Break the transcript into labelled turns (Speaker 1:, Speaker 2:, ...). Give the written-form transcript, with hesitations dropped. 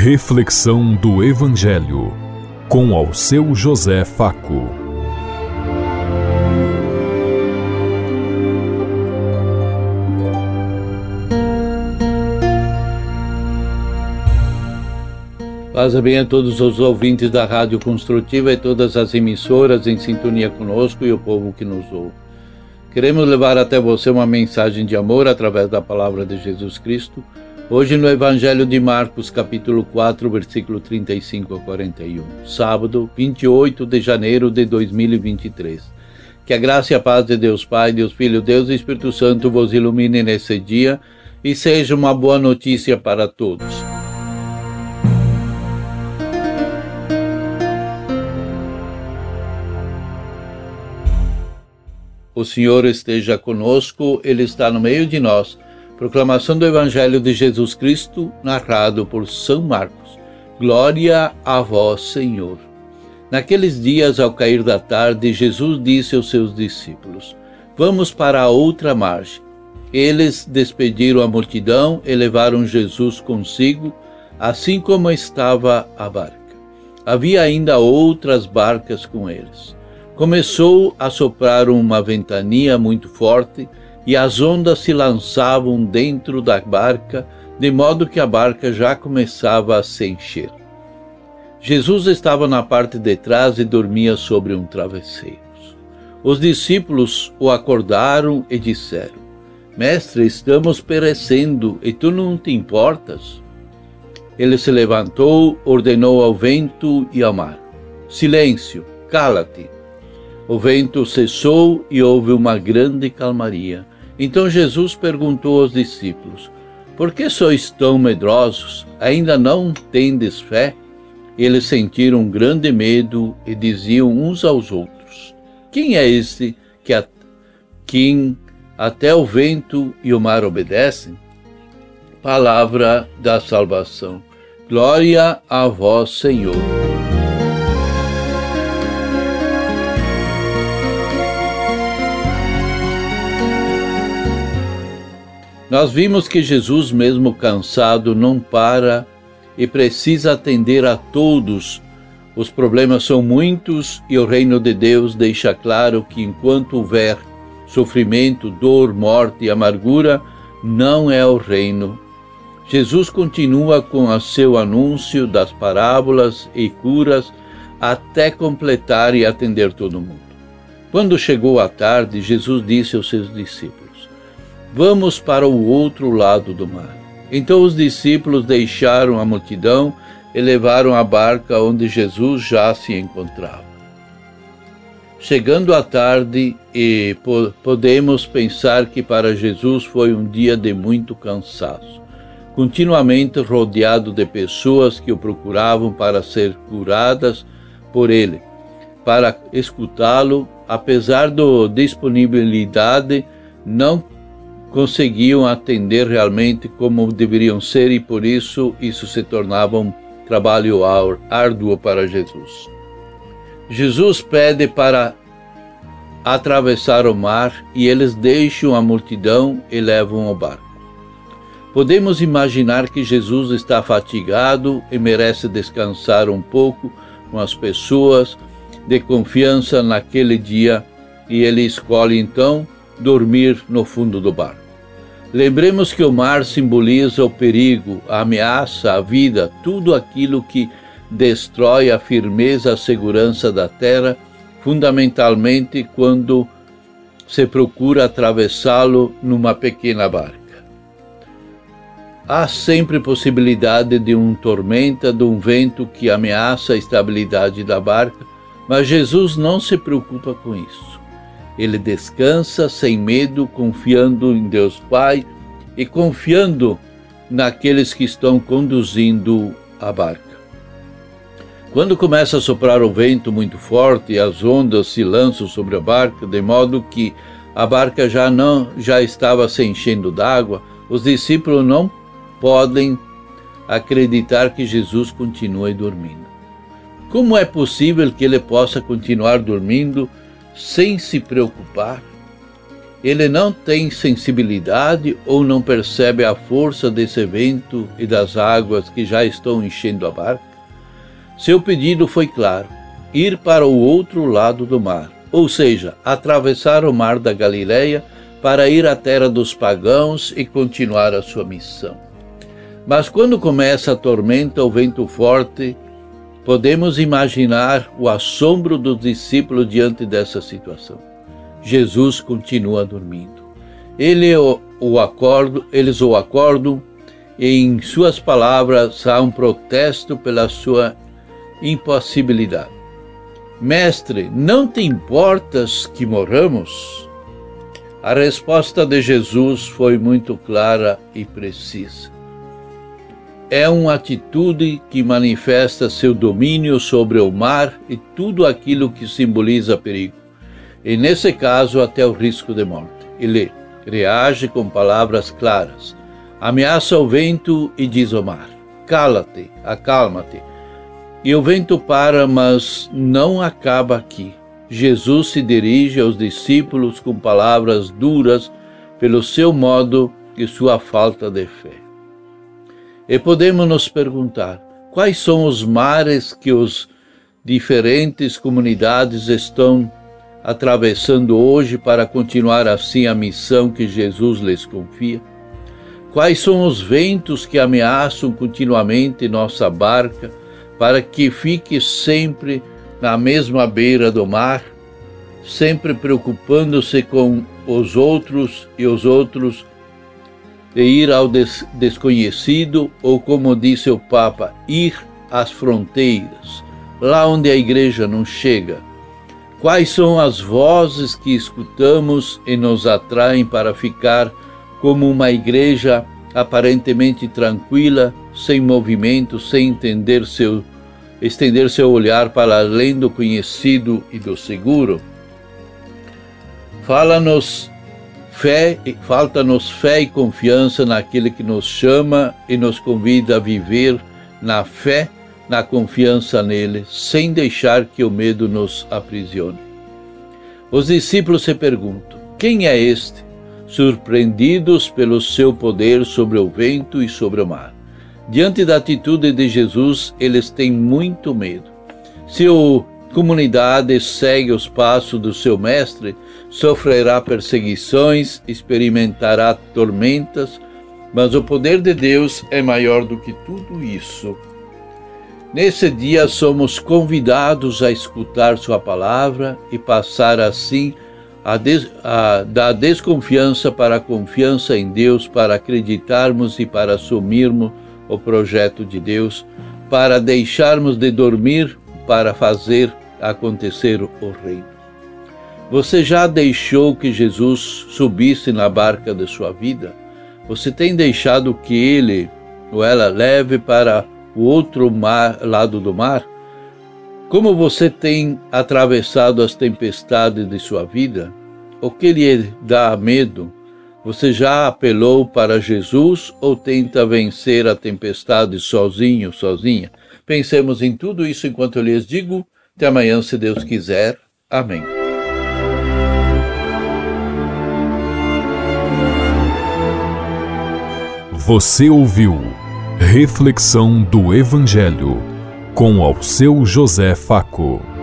Speaker 1: Reflexão do Evangelho, com ao seu José Faco.
Speaker 2: Paz e bem a todos os ouvintes da Rádio Construtiva e todas as emissoras em sintonia conosco e o povo que nos ouve. Queremos levar até você uma mensagem de amor através da palavra de Jesus Cristo, hoje no Evangelho de Marcos, capítulo 4, versículo 35 a 41, sábado, 28 de janeiro de 2023. Que a graça e a paz de Deus Pai, Deus Filho, Deus e Espírito Santo vos ilumine nesse dia e seja uma boa notícia para todos. O Senhor esteja conosco, Ele está no meio de nós. Proclamação do Evangelho de Jesus Cristo, narrado por São Marcos. Glória a vós, Senhor. Naqueles dias, ao cair da tarde, Jesus disse aos seus discípulos: Vamos para a outra margem. Eles despediram a multidão e levaram Jesus consigo, assim como estava a barca. Havia ainda outras barcas com eles. Começou a soprar uma ventania muito forte e as ondas se lançavam dentro da barca, de modo que a barca já começava a se encher. Jesus estava na parte de trás e dormia sobre um travesseiro. Os discípulos o acordaram e disseram: Mestre, estamos perecendo e tu não te importas? Ele se levantou, ordenou ao vento e ao mar: Silêncio, cala-te. O vento cessou e houve uma grande calmaria. Então Jesus perguntou aos discípulos: Por que sois tão medrosos? Ainda não tendes fé? Eles sentiram um grande medo e diziam uns aos outros: Quem é este quem até o vento e o mar obedecem? Palavra da salvação. Glória a vós, Senhor. Nós vimos que Jesus, mesmo cansado, não para e precisa atender a todos. Os problemas são muitos e o reino de Deus deixa claro que enquanto houver sofrimento, dor, morte e amargura, não é o reino. Jesus continua com o seu anúncio das parábolas e curas até completar e atender todo mundo. Quando chegou a tarde, Jesus disse aos seus discípulos: Vamos para o outro lado do mar. Então os discípulos deixaram a multidão e levaram a barca onde Jesus já se encontrava. Chegando à tarde, podemos pensar que para Jesus foi um dia de muito cansaço, continuamente rodeado de pessoas que o procuravam para ser curadas por ele. Para escutá-lo, apesar da disponibilidade, não conseguiam atender realmente como deveriam ser e por isso se tornava um trabalho árduo para Jesus. Jesus pede para atravessar o mar e eles deixam a multidão e levam o barco. Podemos imaginar que Jesus está fatigado e merece descansar um pouco com as pessoas de confiança naquele dia e ele escolhe então dormir no fundo do barco. Lembremos que o mar simboliza o perigo, a ameaça, a vida, tudo aquilo que destrói a firmeza, a segurança da terra, fundamentalmente quando se procura atravessá-lo numa pequena barca. Há sempre possibilidade de uma tormenta, de um vento que ameaça a estabilidade da barca, mas Jesus não se preocupa com isso. Ele descansa sem medo, confiando em Deus Pai e confiando naqueles que estão conduzindo a barca. Quando começa a soprar o vento muito forte, as ondas se lançam sobre a barca, de modo que a barca já estava se enchendo d'água, os discípulos não podem acreditar que Jesus continue dormindo. Como é possível que ele possa continuar dormindo sem se preocupar? Ele não tem sensibilidade ou não percebe a força desse vento e das águas que já estão enchendo a barca? Seu pedido foi claro: ir para o outro lado do mar, ou seja, atravessar o mar da Galileia para ir à terra dos pagãos e continuar a sua missão. Mas quando começa a tormenta ou vento forte, podemos imaginar o assombro dos discípulos diante dessa situação. Jesus continua dormindo. Eles o acordam e em suas palavras há um protesto pela sua impassibilidade. Mestre, não te importas que morramos? A resposta de Jesus foi muito clara e precisa. É uma atitude que manifesta seu domínio sobre o mar e tudo aquilo que simboliza perigo, e nesse caso até o risco de morte. Ele reage com palavras claras, ameaça o vento e diz ao mar: cala-te, acalma-te. E o vento para, mas não acaba aqui. Jesus se dirige aos discípulos com palavras duras pelo seu modo e sua falta de fé. E podemos nos perguntar, quais são os mares que as diferentes comunidades estão atravessando hoje para continuar assim a missão que Jesus lhes confia? Quais são os ventos que ameaçam continuamente nossa barca para que fique sempre na mesma beira do mar, sempre preocupando-se com os outros e os outros, de ir ao desconhecido, ou como disse o Papa, ir às fronteiras, lá onde a igreja não chega? Quais são as vozes que escutamos e nos atraem para ficar como uma igreja aparentemente tranquila, sem movimento, sem estender seu olhar para além do conhecido e do seguro? Falta-nos fé e confiança naquele que nos chama e nos convida a viver na fé, na confiança nele, sem deixar que o medo nos aprisione. Os discípulos se perguntam: quem é este? Surpreendidos pelo seu poder sobre o vento e sobre o mar. Diante da atitude de Jesus, eles têm muito medo. Se a comunidade segue os passos do seu mestre, sofrerá perseguições, experimentará tormentas, mas o poder de Deus é maior do que tudo isso. Nesse dia somos convidados a escutar sua palavra e passar assim da desconfiança para a confiança em Deus, para acreditarmos e para assumirmos o projeto de Deus, para deixarmos de dormir, para fazer acontecer o reino. Você já deixou que Jesus subisse na barca de sua vida? Você tem deixado que ele ou ela leve para o outro lado do mar? Como você tem atravessado as tempestades de sua vida? O que lhe dá medo? Você já apelou para Jesus ou tenta vencer a tempestade sozinho, sozinha? Pensemos em tudo isso enquanto eu lhes digo. Até amanhã, se Deus quiser. Amém.
Speaker 1: Você ouviu Reflexão do Evangelho com ao seu José Faco.